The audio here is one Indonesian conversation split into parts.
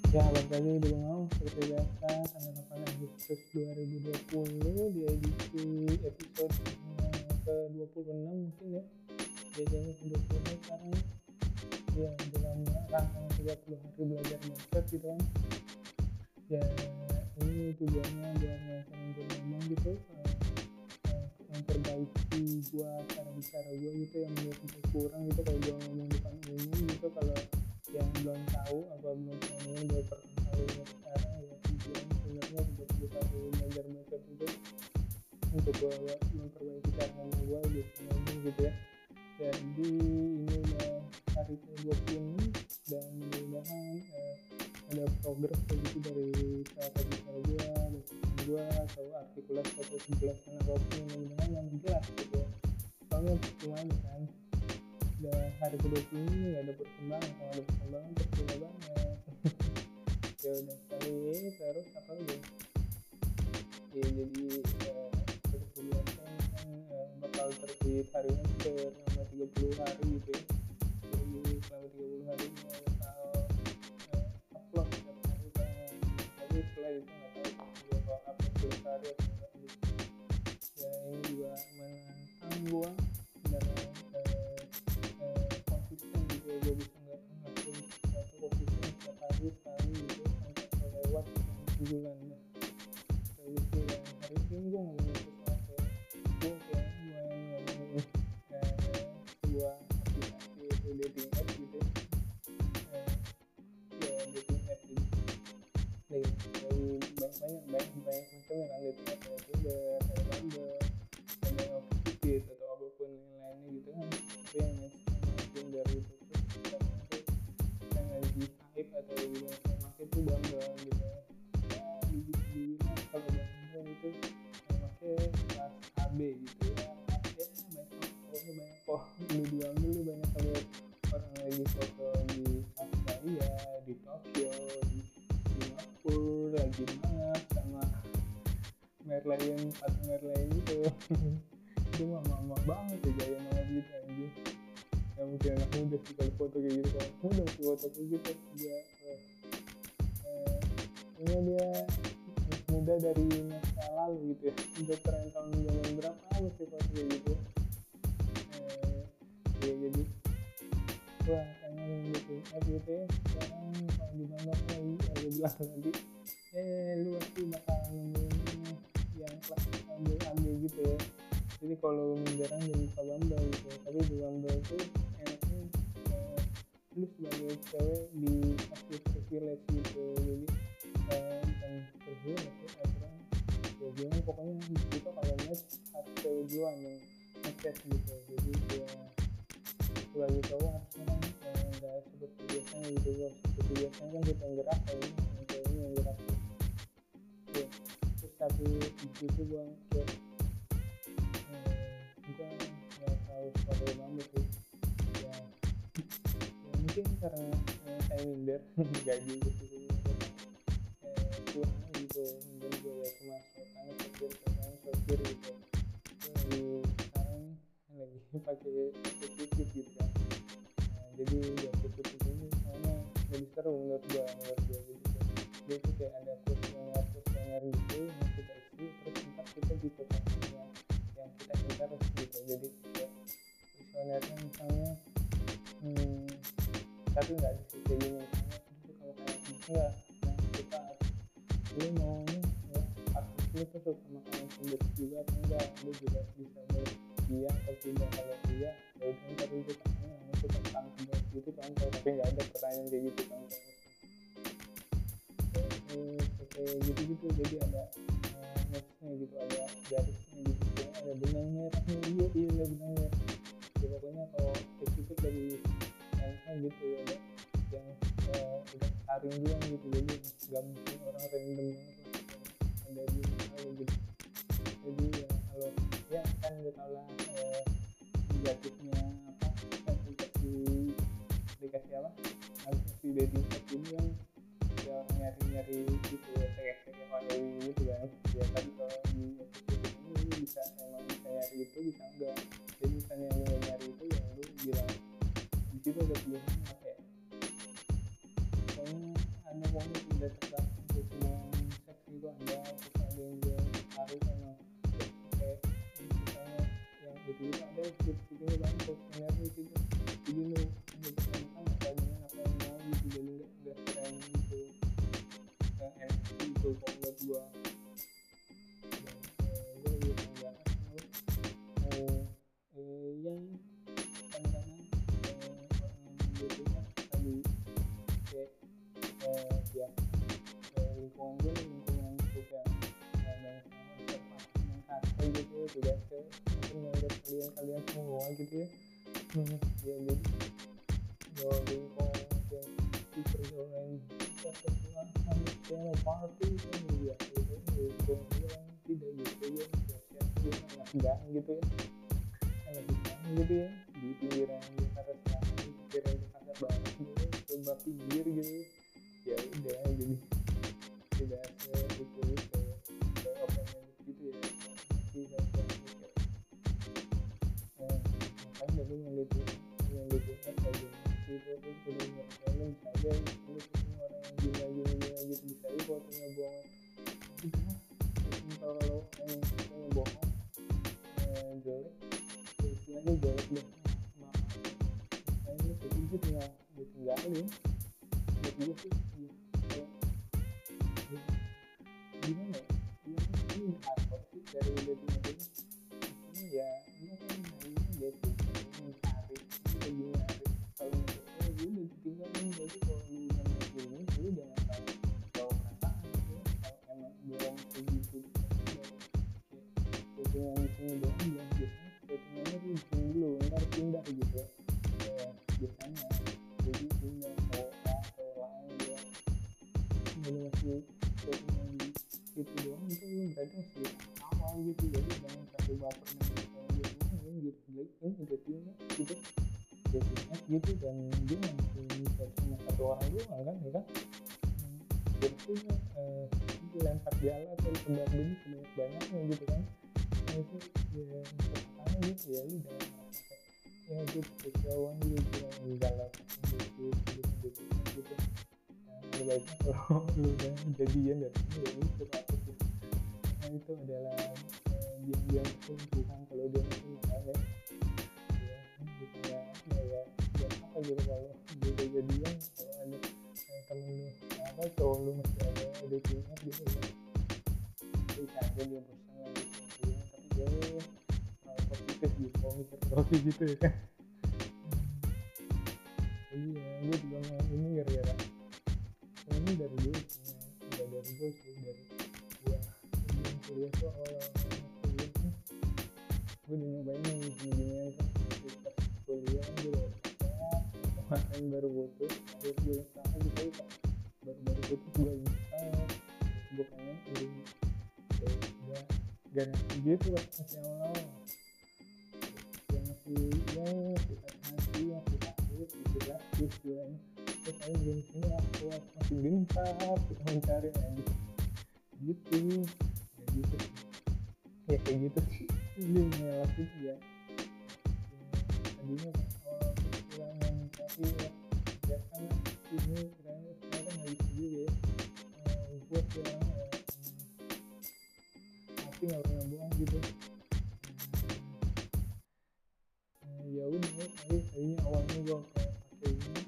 Ya, balik lagi di Bengong seperti biasa tanggal 8 Agustus 2020 di edisi episode ke-26 mungkin ya. Jadinya ke-26 sekarang ya dalam rangkaian 30 hari belajar bacot gitu kan. Ya ini tujuannya biar ngomong gitu, memperbaiki cara bicara gue gitu yang menurut gue kurang gitu kalau gue ngomong depan umum gitu. Kalau yang belum tahu apa belum tahu baru pertama kali sekarang ya tujuan sebenarnya 30 hari belajar bacot itu untuk gue memperbaiki cara ngomong gue gitu ya. Jadi ini udah hari ke-20 dan mudah-mudahan ada progres gitu dari cara bicara gue atau artikulasi atau penjelasan apapun mudah-mudahan yang jelas gitu ya. Soalnya percuma aja kan, udah hari ke-20 ini gak ada perkembangan, kalau ada perkembangan percuma banget. Ya udah kali terus apa lagi ya, jadi seperti biasa kan bakal terbit harinya selama 30 hari gitu ya. Jadi selama 30 hari ini bakal upload setiap hari kan, tapi setelah itu nggak tahu gue bakal upload setiap hari atau enggak gitu. Ya ini juga menantang gue dalam konsisten gitu ya. Gue bisa nggak ngelakuin sesuatu konsisten setiap hari sekali gitu sampai lewat sebulan dah kayak gitu ya. Hari ini gue ngomongin sesuatu gue kayak ngomongin sebuah aplikasi itu dating app gitu ya. Ya dating app gitu dari banyak macam yang ada dating app, ada Tinder, ada Bumble, ada Optifit atau apapun yang lainnya gitu kan. Tapi yang mainstream Tinder gitu terus sekarang tuh yang lagi hype atau udah saya pakai tuh Bumble gitu ya. Dibilang kalau Bumble itu yang pakai kelas AB gitu ya. Ya banyak pokoknya banyak kok lu di Bumble lu banyak lihat orang lagi foto di Australia, di Tokyo, di Singapura lagi mana sama Merlion atau Merlion itu. Itu mah mama banget ya, gaya banget gitu anjing. Ya mungkin anak muda sih kalau foto kayak gitu, kalau muda masih foto kayak gitu dia kayaknya dia muda dari masa lalu gitu ya, udah keren tahun zaman berapa masih foto kayak gitu. Ya jadi wah pengen gitu gitu ya. Sekarang kalau di Bangga lagi gue bilang tadi lu pasti bakal nemuin yang kelas ambil gitu ya. Jadi kalau jarang jangan buka Bumble gitu ya. Tapi di Bumble tuh enaknya lu sebagai cewek dikasih privilege gitu. Jadi bukan privilege ya, aturan ya gimana pokoknya kita kalau match harus cewek duluan yang ngechat gitu. Jadi ya sebagai cowok harusnya kan nggak seperti biasanya gitu. Kalau seperti biasanya kan kita yang gerak kayaknya yang ceweknya yang gerak ya. Terus tapi di situ gue kayak gue nggak tahu sebagai Bumble sih ya. Ya mungkin karena saya minder nggak juga sih kurang gitu. Mungkin gue ya cuma soalnya sopir gitu. Gue sekarang lagi pakai tiket gitu kan. Jadi ya tiket ini soalnya lebih seru menurut gue gitu. Dia tuh kayak ada kuesioner gitu yang kita isi, terus ntar kita dikocokkan yang kita incar gitu. Jadi kayak kuesionernya misalnya tapi nggak ada sih kayak gini misalnya itu kalau kayak enggak, nah kita lu maunya ya harus lu tuh suka makanan pedas juga atau enggak, lu juga bisa milih iya atau tidak. Kalau iya ya udah ntar lu tanya lu suka makan pedas gitu kan. Tapi nggak ada pertanyaan kayak gitu kan kayak gitu jadi ada matchnya gitu, ada garisnya gitu ya, ada benang merahnya. Iya ada benang merah ya. Pokoknya kalau itu dari enaknya gitu ada yang udah saring doang gitu. Jadi nggak mungkin orang random banget lah ada di mana gitu. Jadi ya kalau ya kan udah tau lah negatifnya apa dikasih apa aplikasi dating app ini kan ya nyari gitu ya kayak gitu kan ya. Tapi kalau di aplikasi ini lu bisa emang bisa nyari itu bisa enggak. Jadi misalnya lu nyari itu yang lu bilang di situ ada pilihan apa ya, pokoknya ada pokoknya bikinnya bangkok sebenarnya gitu. Jadi lu bersama apa dengan apa yang mau gitu, jadi nggak keren gitu yang enak gitu kalau buat gua. Dan gua lebih mengarahkan yang kadang-kadang orang yang membutuhkan tadi kayak ya lingkungan gue nih lingkungan cukup yang banyak konservasi yang kafe gitu ya, tidak mungkin menurut kalian semua gitu ya. Ya jadi lingkungan mungkin di pergaulan pertemuan kayak party kan ya gitu, lingkungan gue kan tidak gitu ya, biasanya gue anak gang gitu ya, anak gang gitu ya, di pinggiran Jakarta Selatan, di pinggiran Jakarta Barat gitu, coba pinggir gitu ya udah, jadi tidak itu kayak open minded gitu ya, masih banyak kayak makanya lu ngeliatin apa gitu, lu kudu ngerjain bisa aja lu ketemu orang yang gila gitu, bisa aja fotonya bohongan udah. Kalau emang fotonya bohong jelek ya istilahnya jelek deh, maaf makanya lu kayak gitu tinggalin buat gue sih ya. Gimana ya, ini udah hardcore sih dari dating aja ini ya, ini kan hari ini dating mencari lagi nyari, kalau menurut gue udah ditinggalin. Jadi kalau lu udah ngelakuin lu jangan bawa perasaan gitu ya, kalau emang belum segitu kayak datingan di sini doang, jangan biasanya datingannya tuh di sini dulu ntar pindah gitu ya, biasanya jadi pindah cowok lain dia udah masih datingan di gitu doang, itu lu berarti masih awal gitu, jadi jangan terlalu baper dengan kalau dia ngomong gitu ini datingnya gitu gitu, dan dia masih bisa cuma satu orang doang kan ya kan, jadi dilempar jala atau disebar benih sebanyak-banyaknya gitu kan, itu ya pertama gitu ya, lu jangan merasa kayak ya gitu kecewaan gitu yang galau gitu. Nah, baiknya kalau lu udah jadian dari ini ya itu patut ya, karena itu adalah diam-diam perselingkuhan kalau dia masih makanya ya bukannya ya buat apa gitu kalau dia udah jadian, kalau ada temen lu apa cowok lu masih ada dating app gitu ya bisa aja dia bosan lagi sama dia, tapi dia positif gitu kalau mikir kayak gitu ya kan. Jadi ya gue juga mau ini gara-gara ini dari dulu udah dari gue sih, dari gue sebelum kuliah tuh awal-awal kuliah tuh gue udah nyobain nih gini-ginian kan, pas kuliah gue udah kemarin baru putus, akhir bulan sama gitu ya kan, baru putus gue install, gue pengen ini ya gak ngerti gitu lah masih awal-awal yang masih ya kita hati yang kita sakit gitu lah terus gue terus saya gengsinya aku masih gentar kita mencari aja gitu ya gitu ya kayak gitu sih ini ngelak gitu ya, tadinya kan awal kekurangan tapi ya kan ini sekarang kan nggak bisa juga ya, gue sekarang ya tapi nggak pernah bohong gitu. Ya udah tadinya awalnya gue pakai ini,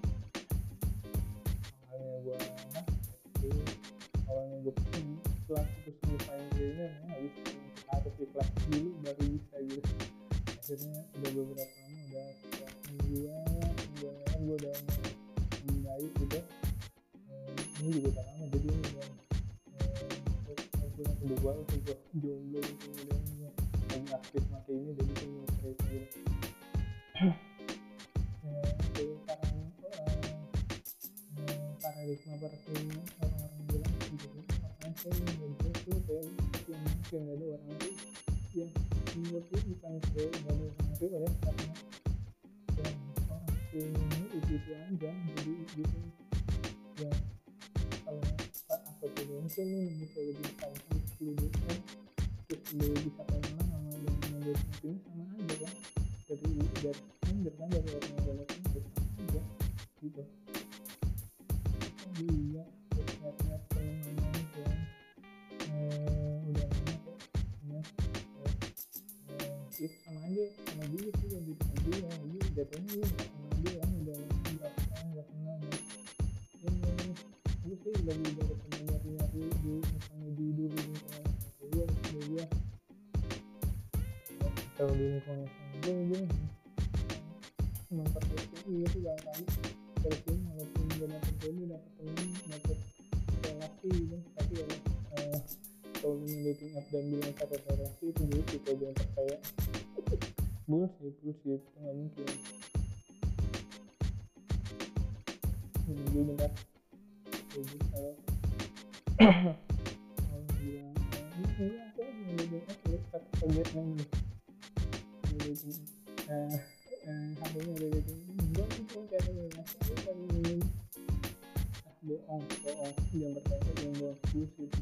awalnya gue setelah putus ngelupain ini habis harus ikhlas dulu baru bisa gitu, akhirnya udah beberapa lama udah setelah mingguan gue udah membaik gitu, ini juga udah lama jadi ini udah bulan kedua gue jomblo gitu, kemudian gue lagi aktif pakai ini jadi gue cerita gitu. Paradigma orang-orang bilang gitu, makanya saya ngejar tuh kayak yang mungkin gak ada orang tuh yang menurut gue bukan kayak gak ada orang tuh ya, karena yang orang tuh itu aja jadi gitu ya, kalau apa tuh mungkin lu bisa lebih tahu lu dosen terus lu bisa kenal sama yang menjadi ini sama aja kan, dari stranger kan, dari orang yang gak kenal sama aja gitu. Iya lihat-lihat temen-temen yang udah lama kayak itu sama aja sama dia sih ya, jatuhnya gue nggak kenal dia kan, udah berapa tahun nggak kenal ya. Gue sih lebih daripada nyari di misalnya di dulu lingkungan gue atau di lingkungan gue memperbaiki itu barangkali terus walaupun gue dapet jodoh, dapet temen, dapet relasi gitu, tapi ya kalau dating app dan bilang kata relasi itu bullshit aja yang percaya. bullshit itu nggak mungkin. Gue bentar jadi kalau bilang ini aku mau dating app lu kata kagetnya nih dating HP-nya ada dating enggak sih cuma cari relasi cari ini bohong yang percaya yang bohong bullshit.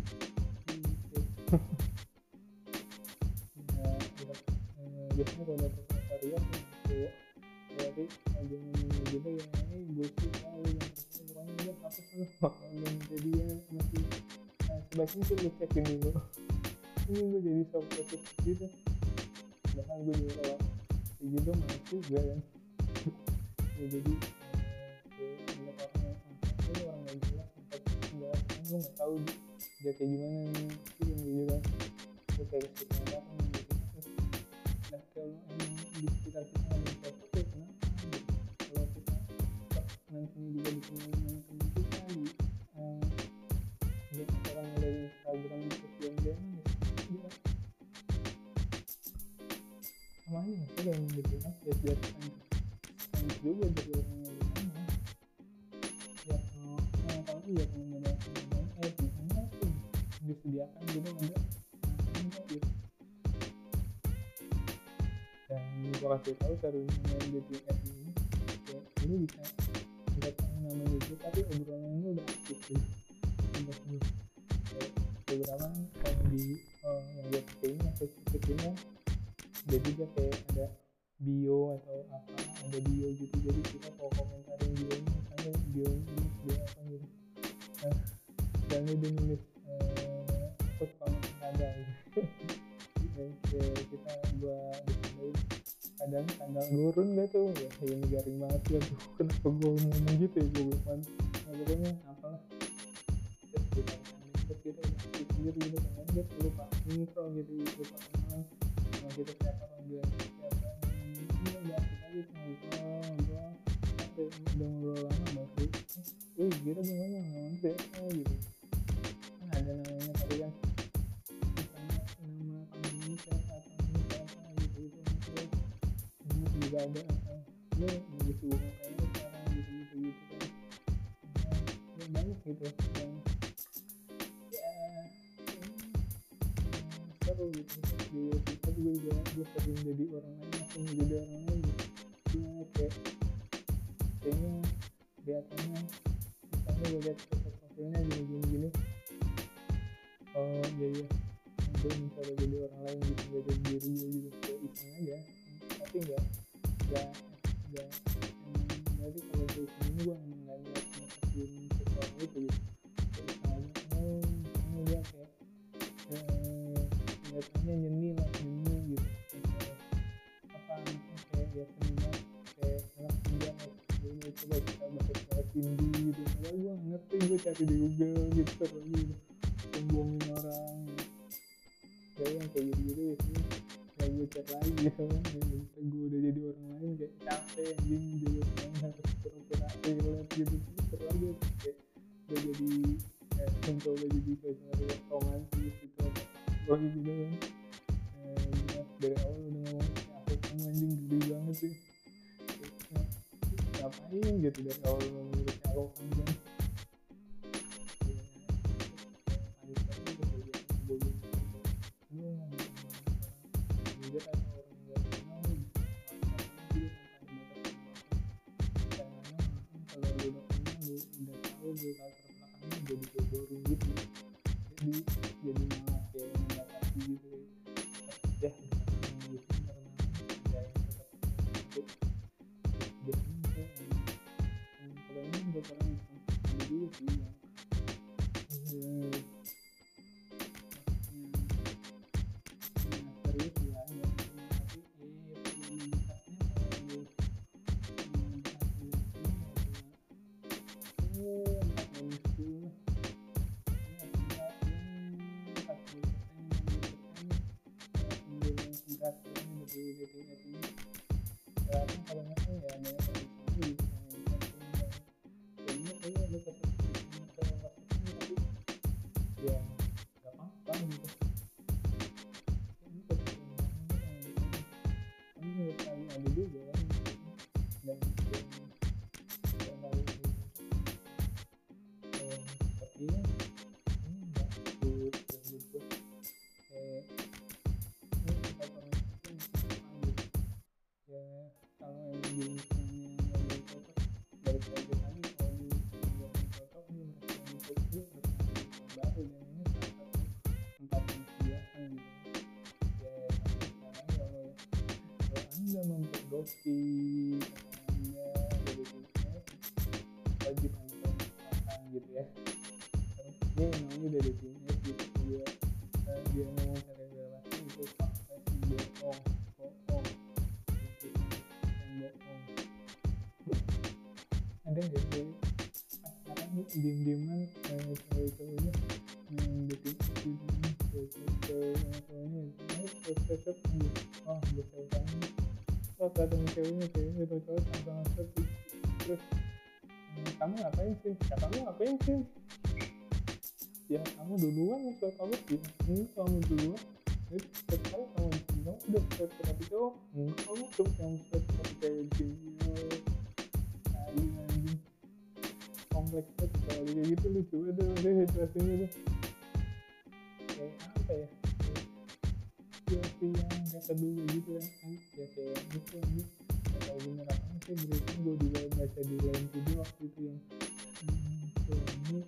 Biasanya kalau dapet varian cowok dari jangan gitu ya bullshit kali yang percaya pokoknya dia hapus lu kalau jadi dia masih sebaiknya sih lu cekin dulu. Ini gue jadi sok fokus gitu, bahkan gue juga kalau kayak gitu malas juga kan. Ya jadi ngeliat orang nggak jelas nggak kan lu nggak tahu dia kayak gimana nih gitu kan. Gue kayak kesukaan apa nih gitu. Nah kalau emang di sekitar kita ada yang cocok ya kenapa gitu. Kalau kita nantinya juga dikenal sama teman kita di orang dari Instagram di sosial media ya sama aja nggak sih yang gitu kan ya biar kan juga dari orang yang sama ya kalau iya temen ada gimana tuh disediakan gitu ada enggak gitu. Dan gue kasih tahu caranya dating app ini ya ini bisa nggak tahu namanya itu tapi obrolannya udah aktif gitu. Beberapa kalau di yang gue pakai ini Facebook ini jadi dia kayak ada bio atau apa ada bio gitu jadi kita mau komentarin bio ini misalnya bio ini bio apa gitu dan dia nulis aku suka makan padang gitu. Kita buat ditandain kadang turun gak tuh ya ini garing banget ya tuh kenapa gue ngomong gitu ya gue lupa pokoknya apalah terus kita udah aktif sendiri gitu kan dia lupa intro gitu lupa kenalan sama kita siapa panggilan siapa ini udah aktif aja ngobrol sampai udah ngobrol lama baru kita gimana ngomong siapa gitu kan ada namanya tadi kan misalnya nama panggilan siapa atau ini siapa gitu ini juga ada atau lu lagi sibuk kayaknya sekarang gitu kan ya banyak gitu yang seru gitu di kita juga gue sering jadi orang lain langsung jadi orang lain gitu gue kayaknya kelihatannya misalnya gue lihat foto profilnya gini oh iya gue mencoba jadi orang lain gitu gak jadi diri gue gitu kayak iseng aja tapi enggak berarti kalau gue iseng ini gue emang gak niat ngekesin sesuatu gitu kayak iseng aja ini dia kayak kelihatannya nyeni gitu apa kayak ya seniman kayak anak senja gue coba kita bahas Hindi gitu padahal gue gak ngerti gue cari di Google gitu terus gitu sombongin orang jadi yang kayak gitu biasanya ya gue chat lagi gitu kan gue udah jadi orang lain kayak capek anjing jadi orang lain harus pura-pura relate gitu terus aja kayak udah jadi mencoba jadi kayak romantis gitu atau gitu kan dari awal udah ngomong aku kamu anjing gede banget sih ngapain gitu dari awal ngomong aku kamu kan gue latar belakangnya jadi boring gitu jadi malah kayak membatasi gitu ya gitu karena ada yang tetap biasanya kayak kalau ini buat orang yang dulu sih yang serius juga ada tapi probabilitasnya kalau perhatian dari dating app ini. Sekarang kalau nggak salah ya banyak orang Islam gitu yang chatting dan kayaknya ada kesempatan ke WhatsApp tapi ya nggak apa-apa gitu. Ini kesempatan kan menurut kami ada juga kan dan kali ini tapi ya ini nggak good menurut gue kayak ini kita orang itu apa gitu ya kalau emang di lingkungannya nggak ada cocok balik lagi tadi kalau di lingkungan nggak cocok dia merasa yang cocok dia harus nyari lingkungan baru dan ini salah satu tempat yang disediakan gitu ya tapi sekarang kalau anda mempergoki anda ada di sini wajib anda makan gitu ya terus dia namanya udah dating app gitu dia ngomong cari relasi itu fakta sih bohong itu yang bohong ada nggak sih sekarang diem-dieman cewek-ceweknya yang dating app gitu cewek sama cowoknya cocok gitu oh gue cewek kamu oh ketemu ceweknya itu cowok sama terus kamu ngapain sih ya kamu ngapain sih ya kamu duluan yang suka kamu sih kamu duluan itu sekali kamu bilang udah suka tapi cowok kamu tuh yang suka cewek cewek anjing kompleks banget kalau kayak gitu lu coba deh situasinya tuh kayak apa ya situasi yang kayak kedua gitu kan ya kayak gitu aja gak tau bener apa sih berita gue juga baca di lain video waktu itu yang suami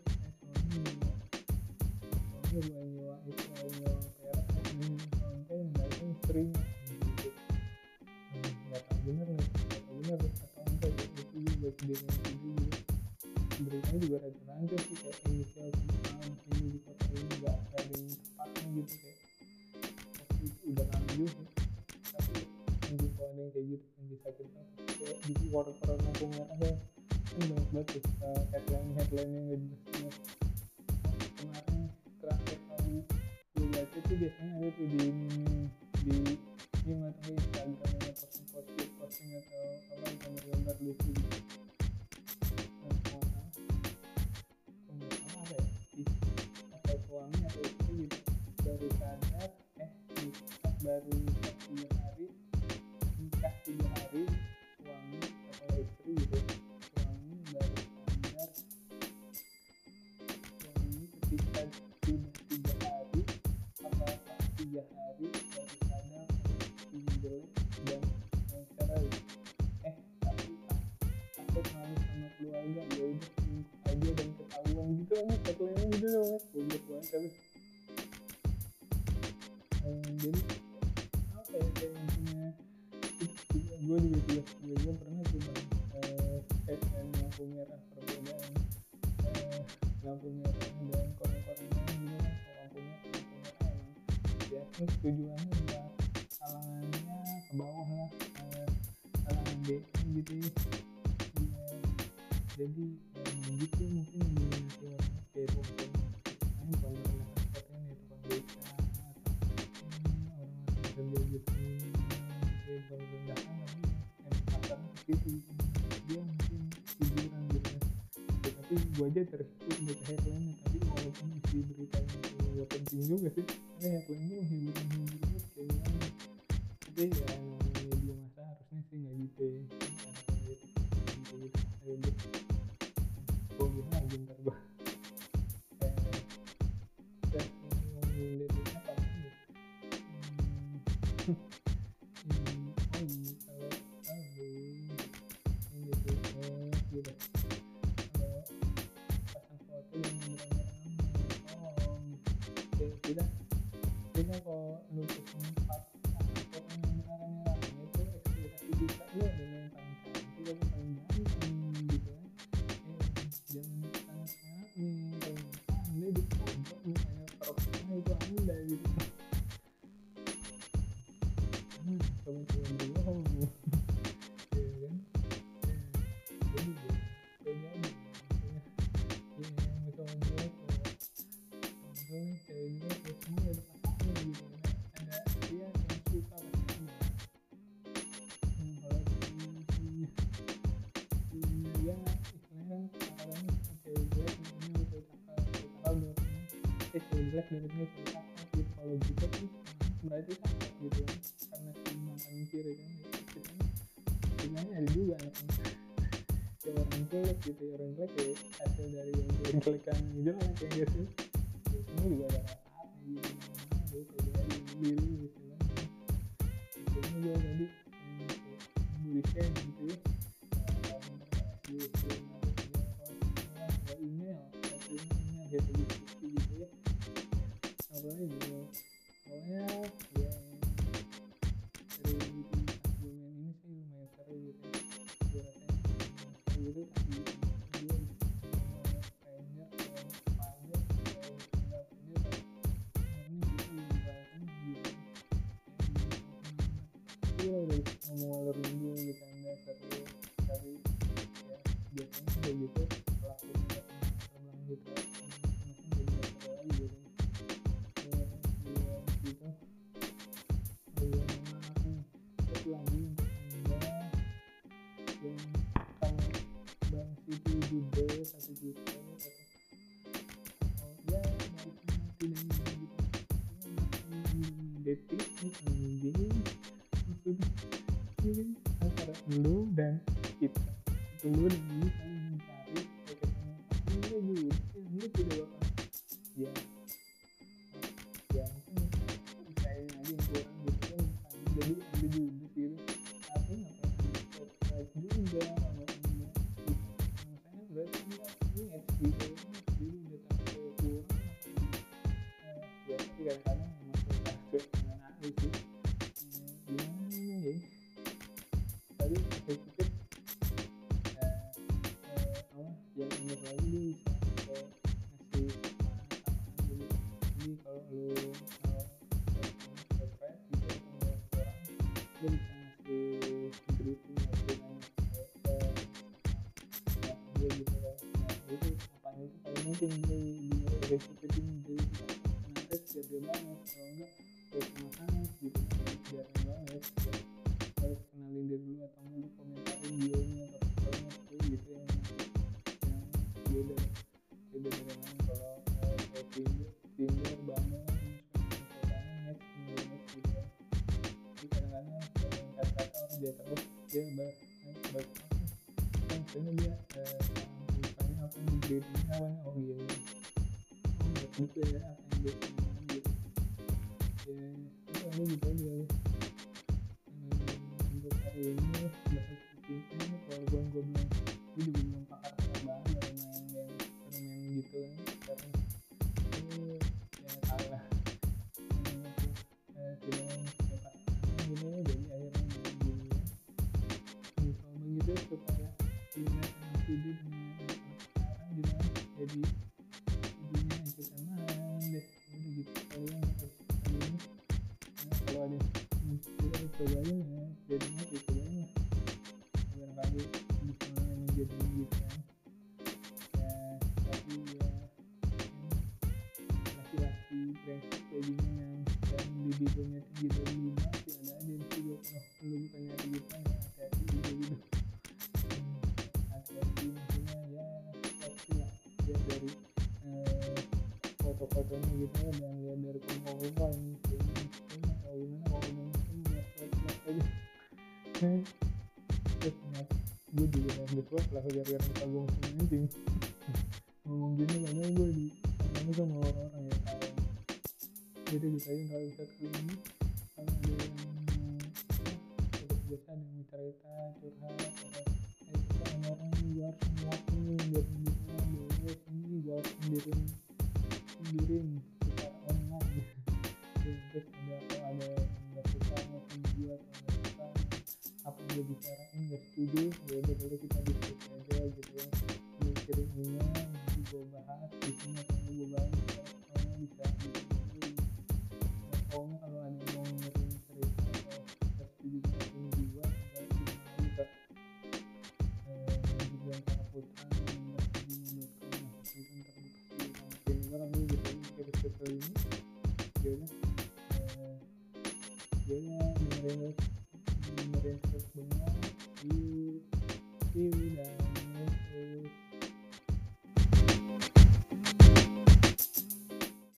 buat nyewa itu perak sampai nggak istrinya gitu nggak tahu bener atau enggak gitu itu juga baca di lain video gitu beritanya juga rada rancu sih kayak inisial tentang ini di kota ini nggak ada yang tepatnya gitu kayak waktu itu udah lama juga sih tapi mungkin kalau ada yang kayak gitu yang disakit banget kayak di koran lampu merah kan banyak banget tuh headline yang nggak jelas kemarin terakhir kali gue baca tuh biasanya ada tuh di ini atau Instagram yang posting atau apa gambar-gambar lucu gitu dan kalau apa ya atau suami atau istri gitu baru sadar baru nikah 3 hari suami atau istri gitu suami baru sadar suami ketika sudah 3 hari apa 3 hari baru sadar istrinya jelek dan cerai tapi takut malu sama keluarga ya udah selingkuh aja dan ketahuan gitu kan tagline-nya gitu banget goblok banget tapi jadi apa ya kayak intinya gue juga gue pernah tuh bang lampu merah perbedaan lampu merah dan koran-koran lain gitu kan lampu merah emang ya terus tujuannya buat kalangannya ke bawah lah kalangan B gitu ya jadi gitu mungkin diminati orang kayak tukang lain bukan merendahkan seperti ini tukang beca atau orang-orang kerja gitu kayak bukan merendahkan tapi emang kasarnya seperti itu dia mungkin hiburan gitu ya tapi gue aja terhibur baca headline-nya tadi walaupun isi beritanya itu gak penting juga sih tapi headline-nya hiburan kayak gimana tapi ya namanya media masa harusnya sih gak gitu ya kayak gitu gue gini lagi ntar gue terus ini ngomongin dating apa lagi oh iya kalau ini dating gitu kalau pasang foto yang rame-rame kita kalau lu sempat pasang foto yang rame-rame itu ekspektasi kita lu adalah yang paling cantik atau paling ganteng gitu kan jangan sekarang nih anda di pojok misalnya perempuan itu anda gitu coba berbohong ya kan jadi beda aja maksudnya ya yang mau coba jelek ngobrol nih cewek jelek ya semua jelek darinya cerita gitu. Kalau gitu kan berarti sakit gitu kan, karena si mantan kiri kan itu kan sebenarnya ada juga anak ya orang jelek gitu ya, orang jelek ya hasil dari yang jelek-jelekan yang jelek ya gitu. Ini juga ada manfaatnya gitu, gitu jadi diri gitu kan. Ini juga tadi body shaming gitu ya, email gitu gitu ya, apalagi gitu pokoknya ya dari bikin domain ini sih lumayan seru gitu ya, gue rasanya seru gitu. Tadi gue stranger atau pada nggak punya ini gitu bahasanya gitu ya, udah ngomong alur minggu gitu anda seru, tapi ya biasanya kayak gitu setelah kita terbang gitu masih jadi gak seru lagi gitu ya, ya gitu. Oh iya, mohon maaf nih, satu lagi untuk anda yang kalau bang Siti juga satu juta atau ya dari sana tidak bisa gitu dating anjing maksudnya ini antara lu dan kita, lu dan lu saling mencari ketemu anda juga anda tidak bakal ya ya mungkin saya aja yang kurang gitu kan, jadi anda juga gitu, tapi ngapain anda subscribe juga kalau anda bisa ketemu saya berarti anda niat gitu, jadi udah tahu saya kurang ya, tapi kadang-kadang memang saya takut dengan aku sih gimana ya, tadi saya pikir apa yang ini lagi dia bisa kayak ngasih tambahan gitu, jadi kalau lu subscribe gitu ketemu orang lu bisa ngasih greeting atau nanya ya dia gitu kan. Nah itu apanya itu kalau mungkin dia executing dari menarik biar dia banget, kalau enggak ya sama Hans gitu kan biar banget ya, harus kenalin diri dulu atau lu komentarin bionya atau fotonya kayak gitu yang beda beda dari lain. Kalau kayak Tinder Bumble misalkan match gitu ya, jadi kadang-kadang kata-kata orang dia tahu dia baik kan misalnya dia mukanya apa nih gradingnya apa nih, oh iya oh baik gitu ya apa yang dia punya gitu ya, itu gitu aja untuk hari ini bahas seperti ini. Kalau gue bilang gue juga belum pakar banget dalam main game permain gitu kan, karena ini ya kalah namanya tuh tidak cepat gitu ya, jadi akhirnya main game ya mencoba gitu supaya ingat dan update dengan anak sekarang gitu kan, jadi jadinya ikutan main deh udah gitu kalian kali ini. Nah, kalau ada yang cobain ya jadinya cobain lah barangkali bisa menjadi gitu kan ya, tapi ya laki-laki brengsek kayak gini yang libidonya tinggi dari 5 sih ada aja di situ. Lu bukan nyari gitu kan ya, hati-hati juga gitu, hati-hati maksudnya ya pasti lah ya dari foto-fotonya gitu ya, dan lihat dari koma-koma ini kayaknya atau gimana kalau udah mungkin lihat aja terus ternyata gue juga bersuap lah gara-gara tabung sama anjing ngomong gini padahal gue di sana sama orang-orang ya tahu. Jadi gitu aja kalau episode kali ini, kalau ada yang biasa ada yang mau cerita curhat atau kita sama orang ini gue harus semua ini biar bisa boleh ini gue harus sendiriin secara online terus ada yang nggak suka maupun gue atau nggak suka apa yang gue bicarain nggak setuju ya udah boleh kita diskusi aja gitu ya, lu kirim email nanti gue bahas di sini atau gue bahas kalau bisa gitu. Pokoknya kalau ada yang mau ngirim cerita atau nggak setuju dengan opini gue tinggal kirim aja ke Gibran Putra @gmail.com. Nah itu ntar gue kasih tanggapan gue langsung gitu aja episode kali ini. Ya udah dengerin